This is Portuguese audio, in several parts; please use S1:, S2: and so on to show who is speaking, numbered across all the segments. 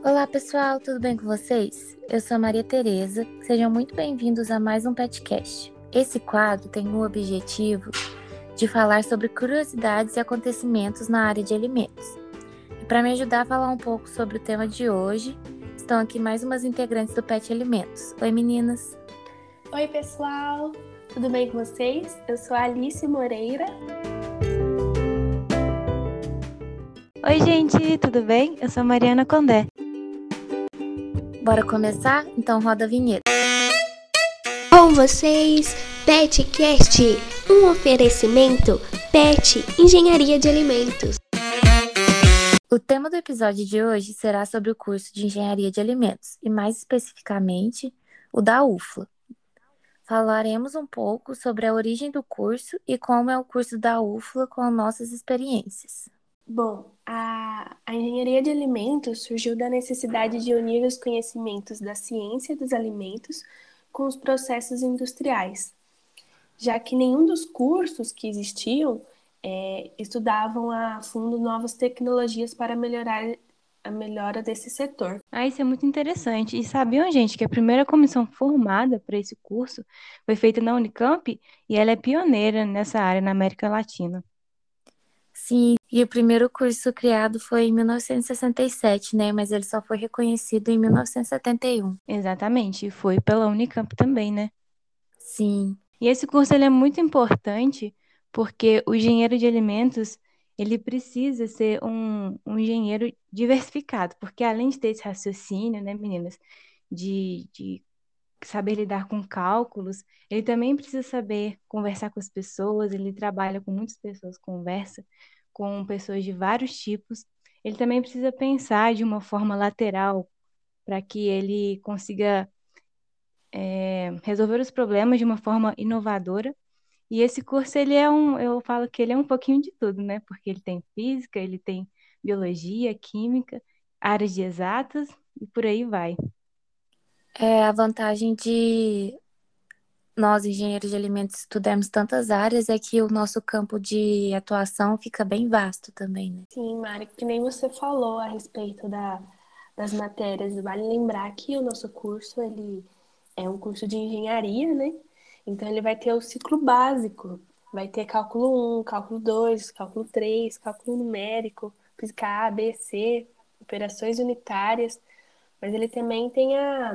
S1: Olá pessoal, tudo bem com vocês? Eu sou a Maria Tereza, sejam muito bem-vindos a mais um Petcast. Esse quadro tem o objetivo de falar sobre curiosidades e acontecimentos na área de alimentos. E para me ajudar a falar um pouco sobre o tema de hoje, estão aqui mais umas integrantes do Pet Alimentos. Oi meninas!
S2: Oi pessoal, tudo bem com vocês? Eu sou a Alice Moreira.
S3: Oi gente, tudo bem? Eu sou a Mariana Condé.
S1: Bora começar? Então roda a vinheta.
S4: Com vocês, Petcast, um oferecimento Pet Engenharia de Alimentos.
S1: O tema do episódio de hoje será sobre o curso de Engenharia de Alimentos, e mais especificamente, o da UFLA. Falaremos um pouco sobre a origem do curso e como é o curso da UFLA com nossas experiências.
S2: Bom, a engenharia de alimentos surgiu da necessidade de unir os conhecimentos da ciência dos alimentos com os processos industriais, já que nenhum dos cursos que existiam estudavam a fundo novas tecnologias para melhorar a melhora desse setor.
S3: Isso é muito interessante. E sabiam, gente, que a primeira comissão formada para esse curso foi feita na Unicamp e ela é pioneira nessa área na América Latina.
S1: Sim, e o primeiro curso criado foi em 1967, né? Mas ele só foi reconhecido em 1971.
S3: Exatamente, e foi pela Unicamp também, né?
S1: Sim.
S3: E esse curso ele é muito importante porque o engenheiro de alimentos ele precisa ser um engenheiro diversificado, porque além de ter esse raciocínio, né, meninas, de saber lidar com cálculos, ele também precisa saber conversar com as pessoas, ele trabalha com muitas pessoas, conversa com pessoas de vários tipos. Ele também precisa pensar de uma forma lateral para que ele consiga resolver os problemas de uma forma inovadora. E esse curso, eu falo que ele é um pouquinho de tudo, né? Porque ele tem física, ele tem biologia, química, áreas de exatas e por aí vai.
S1: A vantagem de nós, engenheiros de alimentos, estudarmos tantas áreas é que o nosso campo de atuação fica bem vasto também, né?
S2: Sim, Mari, que nem você falou a respeito das matérias, vale lembrar que o nosso curso, ele é um curso de engenharia, né? Então ele vai ter o ciclo básico, vai ter cálculo 1, cálculo 2, cálculo 3, cálculo numérico, física A, B, C, operações unitárias, mas ele também tem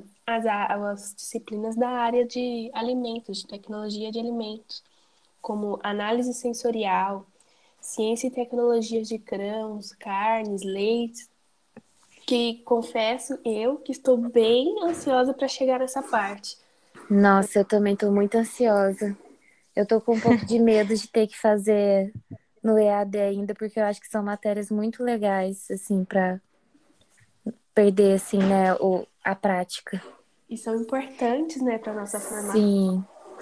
S2: as disciplinas da área de alimentos, de tecnologia de alimentos, como análise sensorial, ciência e tecnologias de grãos, carnes, leites, que confesso eu que estou bem ansiosa para chegar nessa parte.
S1: Nossa, eu também tô muito ansiosa. Eu tô com um pouco de medo de ter que fazer no EAD ainda, porque eu acho que são matérias muito legais, assim, pra perder, assim, né, a prática.
S2: E são importantes, né, para nossa formação.
S1: Sim.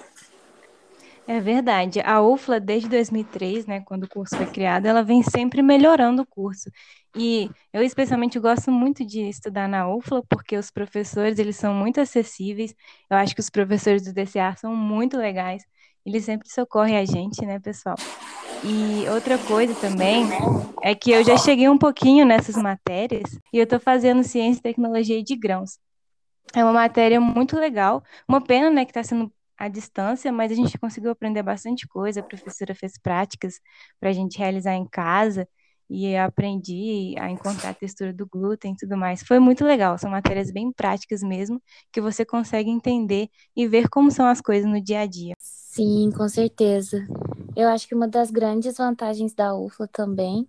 S3: É verdade. A UFLA, desde 2003, né, quando o curso foi criado, ela vem sempre melhorando o curso. E eu especialmente gosto muito de estudar na UFLA, porque os professores, eles são muito acessíveis. Eu acho que os professores do DCA são muito legais. Eles sempre socorrem a gente, né, pessoal? E outra coisa também é que eu já cheguei um pouquinho nessas matérias e eu estou fazendo ciência e tecnologia de grãos. É uma matéria muito legal. Uma pena, né, que está sendo à distância, mas a gente conseguiu aprender bastante coisa. A professora fez práticas para a gente realizar em casa e eu aprendi a encontrar a textura do glúten e tudo mais. Foi muito legal. São matérias bem práticas mesmo, que você consegue entender e ver como são as coisas no dia a dia.
S1: Sim, com certeza. Eu acho que uma das grandes vantagens da UFLA também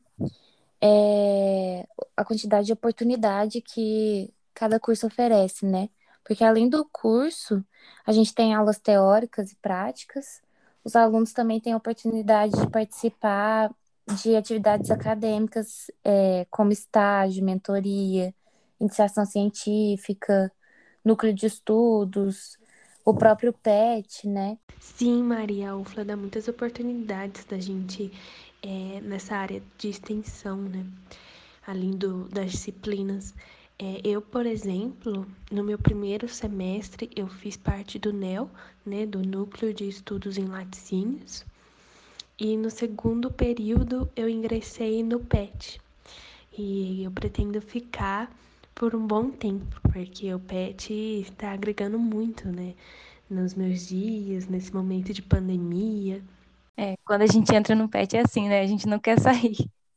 S1: é a quantidade de oportunidade que cada curso oferece, né? Porque além do curso, a gente tem aulas teóricas e práticas. Os alunos também têm a oportunidade de participar de atividades acadêmicas, como estágio, mentoria, iniciação científica, núcleo de estudos, o próprio PET, né?
S2: Sim, Maria, a UFLA dá muitas oportunidades da gente nessa área de extensão, né? Além das disciplinas. Eu, por exemplo, no meu primeiro semestre, eu fiz parte do NEL, né, do Núcleo de Estudos em Laticínios, e no segundo período eu ingressei no PET, e eu pretendo ficar por um bom tempo, porque o pet está agregando muito, né? Nos meus dias, nesse momento de pandemia.
S3: Quando a gente entra no pet é assim, né? A gente não quer sair.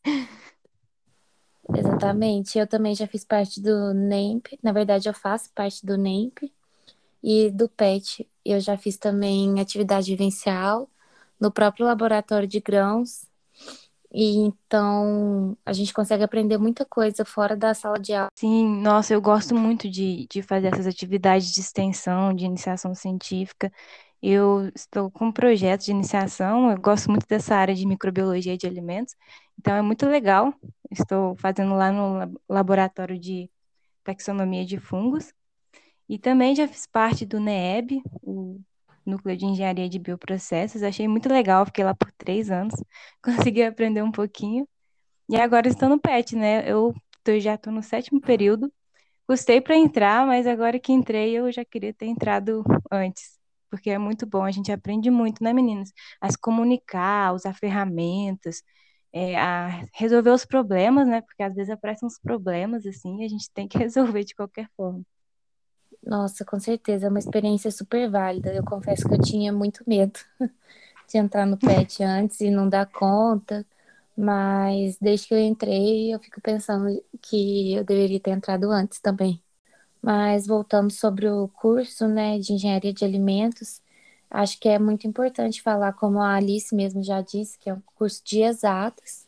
S1: Exatamente. Eu também já fiz parte do NEMP. Na verdade, eu faço parte do NEMP e do PET. Eu já fiz também atividade vivencial no próprio laboratório de grãos. E então a gente consegue aprender muita coisa fora da sala de aula.
S3: Sim, nossa, eu gosto muito de fazer essas atividades de extensão, de iniciação científica. Eu estou com um projeto de iniciação, eu gosto muito dessa área de microbiologia de alimentos, então é muito legal. Estou fazendo lá no laboratório de taxonomia de fungos. E também já fiz parte do NEEB, o Núcleo de Engenharia de Bioprocessos. Achei muito legal, fiquei lá por 3 anos, consegui aprender um pouquinho. E agora estou no PET, né? Já estou no 7º período. Custei para entrar, mas agora que entrei eu já queria ter entrado antes, porque é muito bom, a gente aprende muito, né, meninas? A se comunicar, a usar ferramentas, a resolver os problemas, né? Porque às vezes aparecem uns problemas assim, e a gente tem que resolver de qualquer forma.
S1: Nossa, com certeza, é uma experiência super válida. Eu confesso que eu tinha muito medo de entrar no PET antes e não dar conta, mas desde que eu entrei, eu fico pensando que eu deveria ter entrado antes também. Mas voltando sobre o curso, né, de engenharia de alimentos, acho que é muito importante falar, como a Alice mesmo já disse, que é um curso de exatas,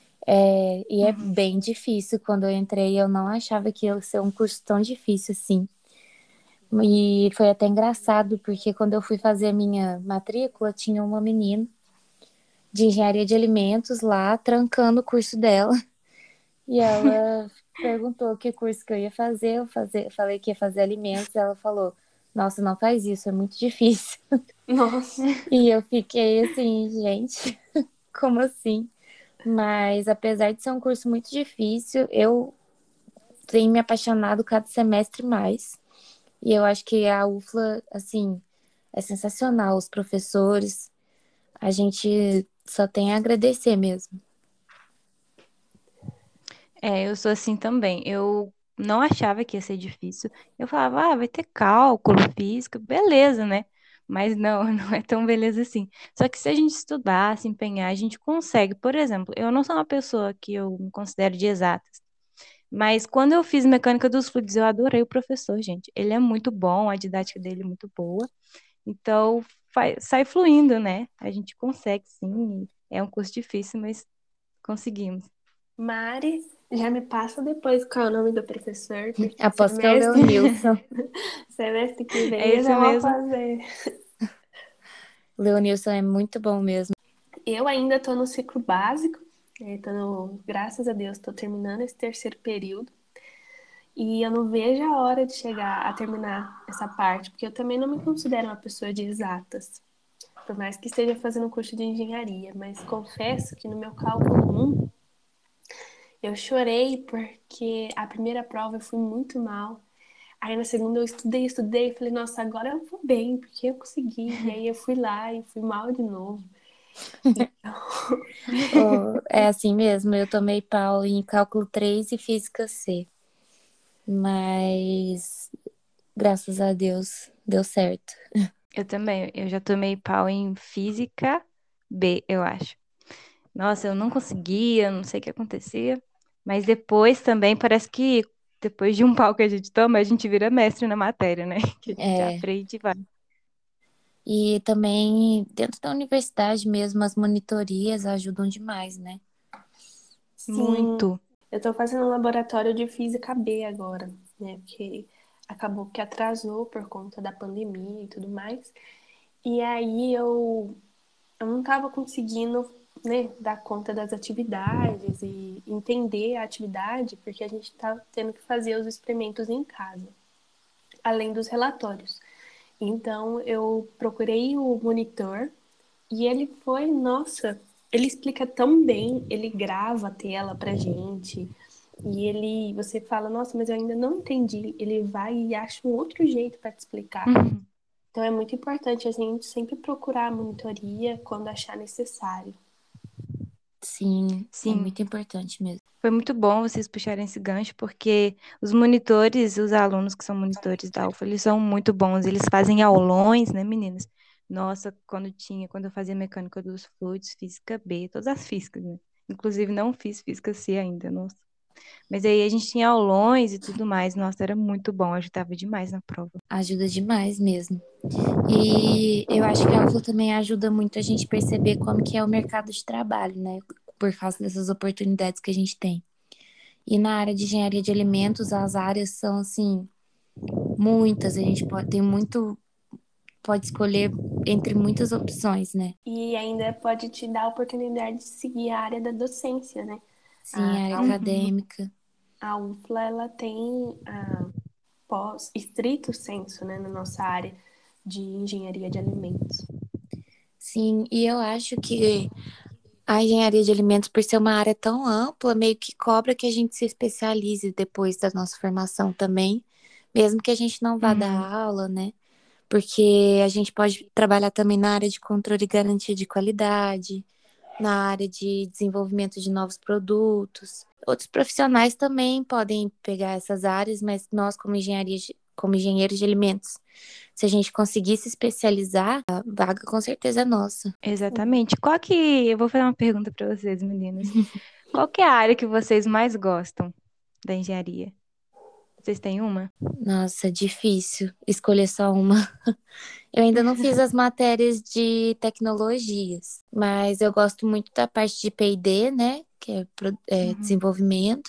S1: e é bem difícil. Quando eu entrei, eu não achava que ia ser um curso tão difícil assim. E foi até engraçado, porque quando eu fui fazer a minha matrícula, tinha uma menina de engenharia de alimentos lá, trancando o curso dela. E ela perguntou que curso que eu ia fazer. Falei que ia fazer alimentos. Ela falou: Nossa, não faz isso, é muito difícil.
S2: Nossa.
S1: E eu fiquei assim, gente, como assim? Mas apesar de ser um curso muito difícil, eu tenho me apaixonado cada semestre mais. E eu acho que a UFLA, assim, é sensacional. Os professores, a gente só tem a agradecer mesmo.
S3: Eu sou assim também. Eu não achava que ia ser difícil. Eu falava, vai ter cálculo, física, beleza, né? Mas não, não é tão beleza assim. Só que se a gente estudar, se empenhar, a gente consegue. Por exemplo, eu não sou uma pessoa que eu me considero de exatas. Mas quando eu fiz mecânica dos fluidos, eu adorei o professor, gente. Ele é muito bom, a didática dele é muito boa. Então, sai fluindo, né? A gente consegue, sim. É um curso difícil, mas conseguimos.
S2: Mari, já me passa depois qual é o nome do professor, porque
S1: Aposto que é o Leonilson.
S2: semestre que
S3: É
S2: vem eu
S3: esse
S2: já vou
S3: mesmo.
S2: fazer.
S1: O Leonilson é muito bom mesmo.
S2: Eu ainda estou no ciclo básico, graças a Deus, estou terminando esse 3º período. E eu não vejo a hora de chegar a terminar essa parte, porque eu também não me considero uma pessoa de exatas, por mais que esteja fazendo um curso de engenharia, mas confesso que no meu cálculo 1, eu chorei porque a primeira prova eu fui muito mal. Aí na segunda eu estudei, e falei, nossa, agora eu vou bem, porque eu consegui. E aí eu fui lá e fui mal de novo.
S1: É assim mesmo, eu tomei pau em cálculo 3 e física C. Mas graças a Deus deu certo.
S3: Eu também, eu já tomei pau em física B, eu acho. Nossa, eu não conseguia, não sei o que acontecia. Mas depois também parece que depois de um pau que a gente toma, a gente vira mestre na matéria, né? Que a gente
S1: É,
S3: aprende e vai.
S1: e também dentro da universidade mesmo, as monitorias ajudam demais, né?
S2: Sim,
S3: Muito.
S2: eu tô fazendo um laboratório de física B agora, né? Porque acabou que atrasou por conta da pandemia e tudo mais. E aí eu não tava conseguindo, né, dar conta das atividades e entender a atividade, porque a gente tá tendo que fazer os experimentos em casa, além dos relatórios. Então eu procurei o monitor e ele foi, nossa, ele explica tão bem, ele grava a tela pra gente. E você fala, nossa, mas eu ainda não entendi. Ele vai e acha um outro jeito para te explicar.
S3: Uhum.
S2: Então é muito importante a gente sempre procurar a monitoria quando achar necessário.
S1: Sim, é
S3: Sim,
S1: muito importante mesmo.
S3: foi muito bom vocês puxarem esse gancho, porque os monitores, os alunos que são monitores da UFA, eles são muito bons. Eles fazem aulões, né, meninas? Nossa, quando eu fazia mecânica dos fluidos, física B, todas as físicas, né? Inclusive não fiz física C ainda, nossa. Mas aí a gente tinha aulões e tudo mais. Nossa, era muito bom, ajudava demais na prova.
S1: Ajuda demais mesmo. E eu acho que a UFLA também ajuda muito a gente perceber como que é o mercado de trabalho, né? Por causa dessas oportunidades que a gente tem. E na área de engenharia de alimentos, as áreas são, assim, muitas. A gente tem muito, pode escolher entre muitas opções, né?
S2: E ainda pode te dar a oportunidade de seguir a área da docência, né?
S1: Sim,
S2: A,
S1: área
S2: a,
S3: Uhum.
S1: acadêmica.
S2: a UFLA, ela tem pós estrito senso, né, na nossa área de engenharia de alimentos.
S1: Sim, e eu acho que a engenharia de alimentos, por ser uma área tão ampla, meio que cobra que a gente se especialize depois da nossa formação também, mesmo que a gente não vá dar
S3: Uhum.
S1: aula, né? Porque a gente pode trabalhar também na área de controle e garantia de qualidade, na área de desenvolvimento de novos produtos. Outros profissionais também podem pegar essas áreas, mas nós, como engenheiros de alimentos, se a gente conseguir se especializar, a vaga com certeza é nossa.
S3: Exatamente. Eu vou fazer uma pergunta para vocês, meninas. Qual que é a área que vocês mais gostam da engenharia? Vocês têm uma?
S1: Nossa, difícil escolher só uma. Eu ainda não fiz as matérias de tecnologias, mas eu gosto muito da parte de P&D, né? Que é,
S3: Uhum.
S1: desenvolvimento.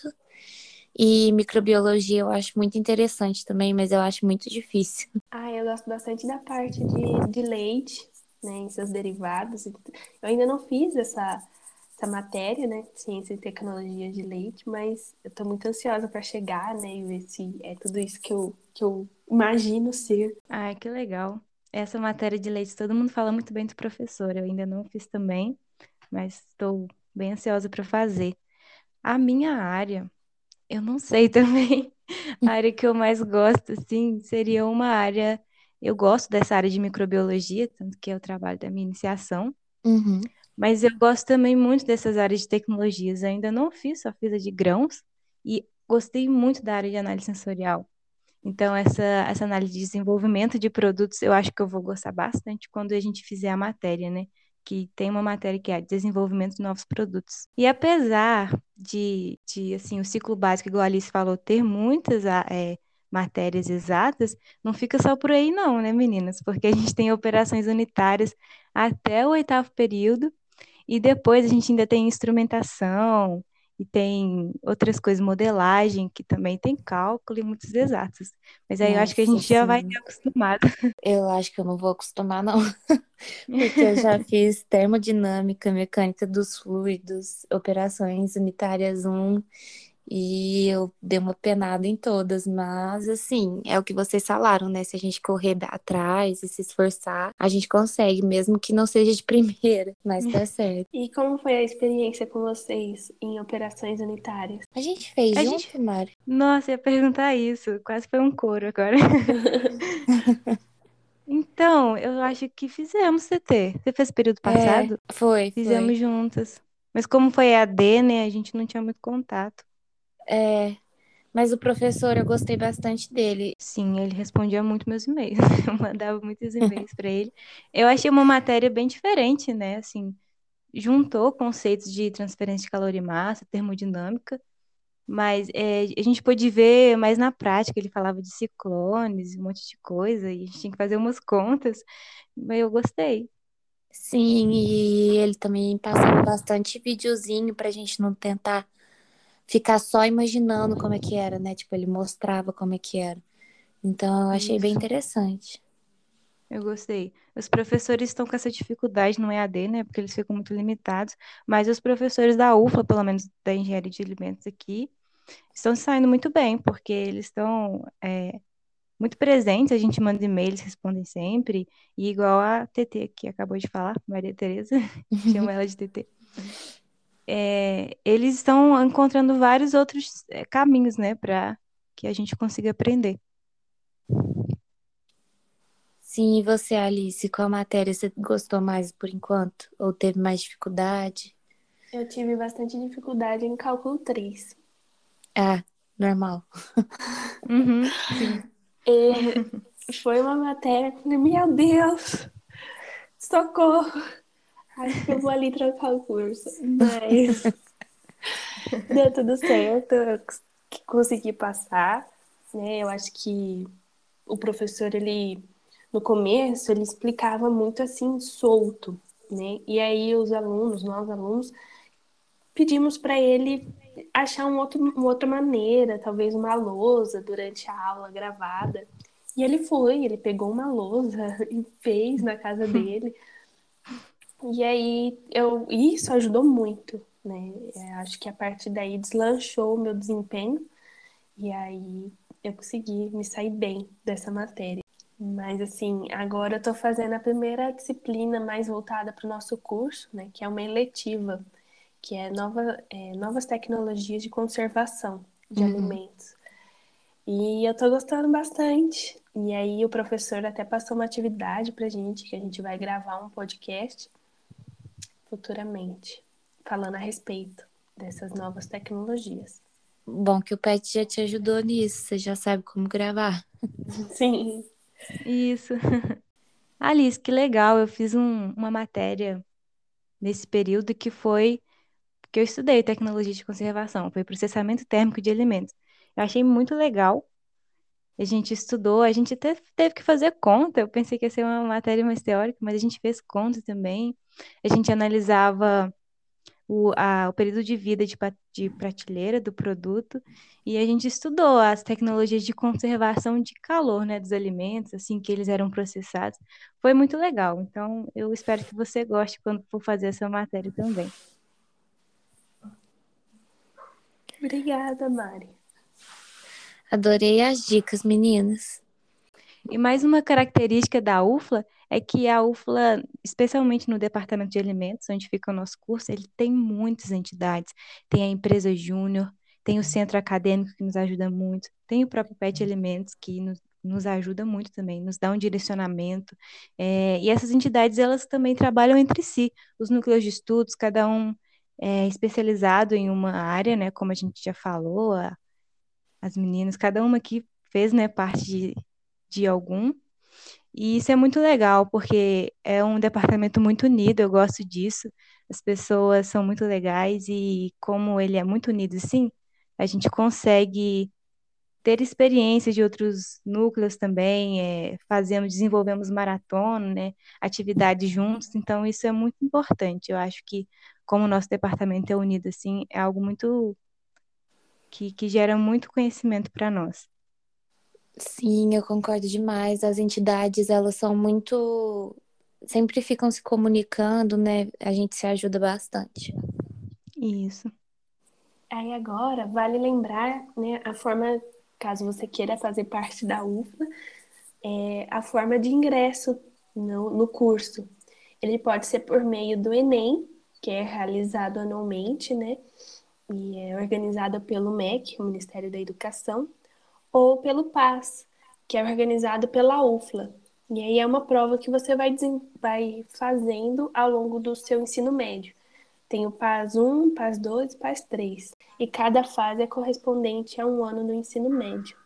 S1: E microbiologia eu acho muito interessante também, mas eu acho muito difícil.
S2: Eu gosto bastante da parte de leite, né, e seus derivados. Eu ainda não fiz essa matéria, né, ciência e tecnologia de leite, mas eu estou muito ansiosa para chegar, né, e ver se é tudo isso que eu imagino ser.
S3: Ai, que legal. Essa matéria de leite, todo mundo fala muito bem do professor. Eu ainda não fiz também, mas estou bem ansiosa para fazer. A minha área, eu não sei também. A área que eu mais gosto, assim, seria uma área. Eu gosto dessa área de microbiologia, tanto que é o trabalho da minha iniciação.
S1: Uhum,
S3: Mas eu gosto também muito dessas áreas de tecnologias. Eu ainda não fiz, só fiz a de grãos. E gostei muito da área de análise sensorial. Então, essa análise de desenvolvimento de produtos, eu acho que eu vou gostar bastante quando a gente fizer a matéria, né? Que tem uma matéria que é desenvolvimento de novos produtos. E apesar assim, o ciclo básico, igual a Alice falou, ter muitas matérias exatas, não fica só por aí não, né, meninas? Porque a gente tem operações unitárias até o oitavo período, e depois a gente ainda tem instrumentação e tem outras coisas, modelagem, que também tem cálculo e muitos exatos. Mas aí eu acho que a
S1: nossa,
S3: gente já vai
S1: sim.
S3: ter acostumado.
S1: Eu acho que eu não vou acostumar, não. Porque eu já fiz termodinâmica, mecânica dos fluidos, operações unitárias um e eu dei uma penada em todas, mas assim, é o que vocês falaram, né? Se a gente correr atrás e se esforçar, a gente consegue, mesmo que não seja de primeira, mas tá certo.
S2: E como foi a experiência com vocês em operações unitárias?
S1: A gente fez
S3: A gente.
S1: junto, Mari?
S3: Nossa, ia perguntar isso. Quase foi um coro agora. Então, eu acho que fizemos CT. Você fez período
S1: É,
S3: passado?
S1: foi.
S3: Fizemos juntas. Mas como foi EAD, né? A gente não tinha muito contato.
S1: É, mas o professor, eu gostei bastante dele.
S3: Sim, ele respondia muito meus e-mails. Eu mandava muitos e-mails para ele. Eu achei uma matéria bem diferente, né? Assim, juntou conceitos de transferência de calor e massa, termodinâmica, mas a gente pôde ver mais na prática. Ele falava de ciclones, um monte de coisa, e a gente tinha que fazer umas contas, mas eu gostei.
S1: Sim, e ele também passava bastante videozinho pra gente não tentar ficar só imaginando como é que era, né? Tipo, ele mostrava como é que era. Então, eu achei bem
S3: Isso,
S1: interessante.
S3: eu gostei. Os professores estão com essa dificuldade no EAD, né? Porque eles ficam muito limitados, mas os professores da UFLA, pelo menos da engenharia de alimentos aqui, estão se saindo muito bem, porque eles estão muito presentes, a gente manda e-mails, respondem sempre, e igual a TT que acabou de falar, Maria Tereza, chamo ela de TT, eles estão encontrando vários outros caminhos, né, para que a gente consiga aprender.
S1: Sim, e você, Alice, qual matéria você gostou mais por enquanto? Ou teve mais dificuldade?
S2: Eu tive bastante dificuldade em cálculo 3.
S1: Ah, normal.
S3: Uhum, sim.
S2: E foi uma matéria que eu falei, meu Deus, socorro! Acho que eu vou ali trocar o curso. Mas deu tudo certo, eu consegui passar, né? Eu acho que o professor, ele, no começo, ele explicava muito assim, solto, né? E aí os alunos, nós alunos, pedimos para ele achar uma outra maneira, talvez uma lousa durante a aula gravada. E ele pegou uma lousa e fez na casa dele. E aí isso ajudou muito, né? Acho que a partir daí deslanchou o meu desempenho e aí eu consegui me sair bem dessa matéria. Mas assim, agora eu tô fazendo a primeira disciplina mais voltada para o nosso curso, né? Que é uma eletiva, que é novas tecnologias de conservação de
S1: Uhum.
S2: alimentos. E eu tô gostando bastante. E aí o professor até passou uma atividade pra gente, que a gente vai gravar um podcast futuramente, falando a respeito dessas novas tecnologias.
S1: Bom que o Pet já te ajudou nisso, você já sabe como gravar.
S2: Sim.
S3: Isso. Alice, que legal. Eu fiz uma matéria nesse período que foi que eu estudei tecnologia de conservação, foi processamento térmico de alimentos. Eu achei muito legal. A gente estudou, a gente até teve que fazer conta. Eu pensei que ia ser uma matéria mais teórica, mas a gente fez conta também. A gente analisava o período de vida de prateleira do produto e a gente estudou as tecnologias de conservação de calor, né, dos alimentos, assim que eles eram processados. Foi muito legal. Então, eu espero que você goste quando for fazer essa matéria também.
S2: Obrigada, Mari.
S1: Adorei as dicas, meninas.
S3: E mais uma característica da UFLA é que a UFLA, especialmente no departamento de alimentos, onde fica o nosso curso, ele tem muitas entidades. Tem a empresa Júnior, tem o centro acadêmico que nos ajuda muito, tem o próprio PET Alimentos que nos ajuda muito também, nos dá um direcionamento. E essas entidades, elas também trabalham entre si. Os núcleos de estudos, cada um é especializado em uma área, né, como a gente já falou, as meninas, cada uma aqui fez, né, parte de algum. E isso é muito legal, porque é um departamento muito unido, eu gosto disso. As pessoas são muito legais e como ele é muito unido, sim, a gente consegue ter experiências de outros núcleos também, desenvolvemos maratona, né, atividades juntos, então isso é muito importante. Eu acho que como o nosso departamento é unido assim, é algo muito que gera muito conhecimento para nós.
S1: Sim, eu concordo demais. As entidades, elas são muito. Sempre ficam se comunicando, né? A gente se ajuda bastante.
S3: Isso.
S2: Aí agora vale lembrar, né, a forma, caso você queira fazer parte da UFLA, a forma de ingresso no curso. Ele pode ser por meio do Enem, que é realizado anualmente, né? E é organizado pelo MEC, o Ministério da Educação, ou pelo PAS, que é organizado pela UFLA. E aí é uma prova que você vai fazendo ao longo do seu ensino médio. Tem o PAS 1, PAS 2 e PAS 3. E cada fase é correspondente a um ano do ensino médio.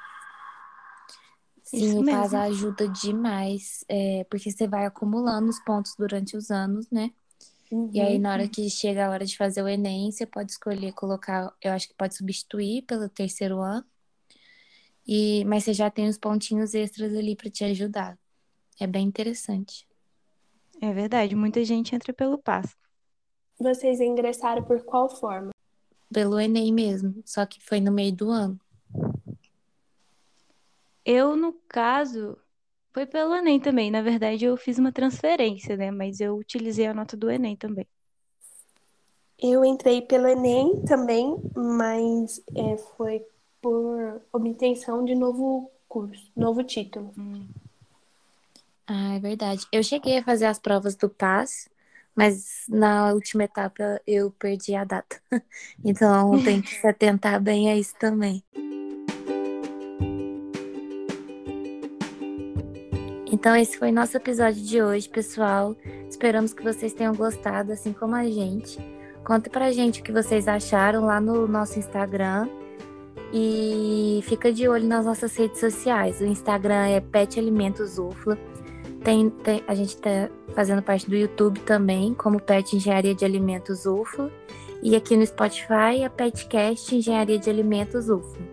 S1: Sim,
S3: Isso
S1: o PAS
S3: mesmo.
S1: ajuda demais, porque você vai acumulando os pontos durante os anos, né? E aí,
S2: Uhum.
S1: na hora que chega a hora de fazer o Enem, você pode escolher colocar, eu acho que pode substituir pelo terceiro ano, mas você já tem os pontinhos extras ali para te ajudar. É bem interessante.
S3: É verdade, muita gente entra pelo PAS.
S2: Vocês ingressaram por qual forma?
S1: Pelo Enem mesmo, só que foi no meio do ano.
S3: Eu, no caso, foi pelo Enem também. Na verdade, eu fiz uma transferência, né? Mas eu utilizei a nota do Enem também.
S2: Eu entrei pelo Enem também, mas foi por obtenção de novo curso, novo título.
S1: Ah, é verdade. Eu cheguei a fazer as provas do PAS, mas na última etapa eu perdi a data. Então tem que se atentar bem a isso também. Então esse foi nosso episódio de hoje, pessoal. Esperamos que vocês tenham gostado, assim como a gente. Conta pra gente o que vocês acharam lá no nosso Instagram. E fica de olho nas nossas redes sociais. O Instagram é Pet Alimentos UFLA. A gente tá fazendo parte do YouTube também, como Pet Engenharia de Alimentos UFLA. E aqui no Spotify, a Petcast Engenharia de Alimentos UFLA.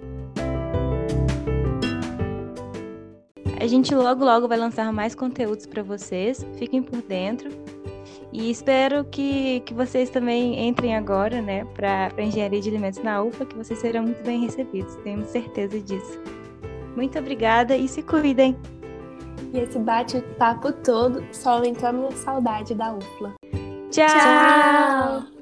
S3: A gente logo vai lançar mais conteúdos para vocês. Fiquem por dentro. E espero que vocês também entrem agora, né, para Engenharia de Alimentos na UFLA, que vocês serão muito bem recebidos. Temos certeza disso. Muito obrigada e se cuidem!
S2: E esse bate-papo todo só aumentou a minha saudade da UFLA.
S3: Tchau!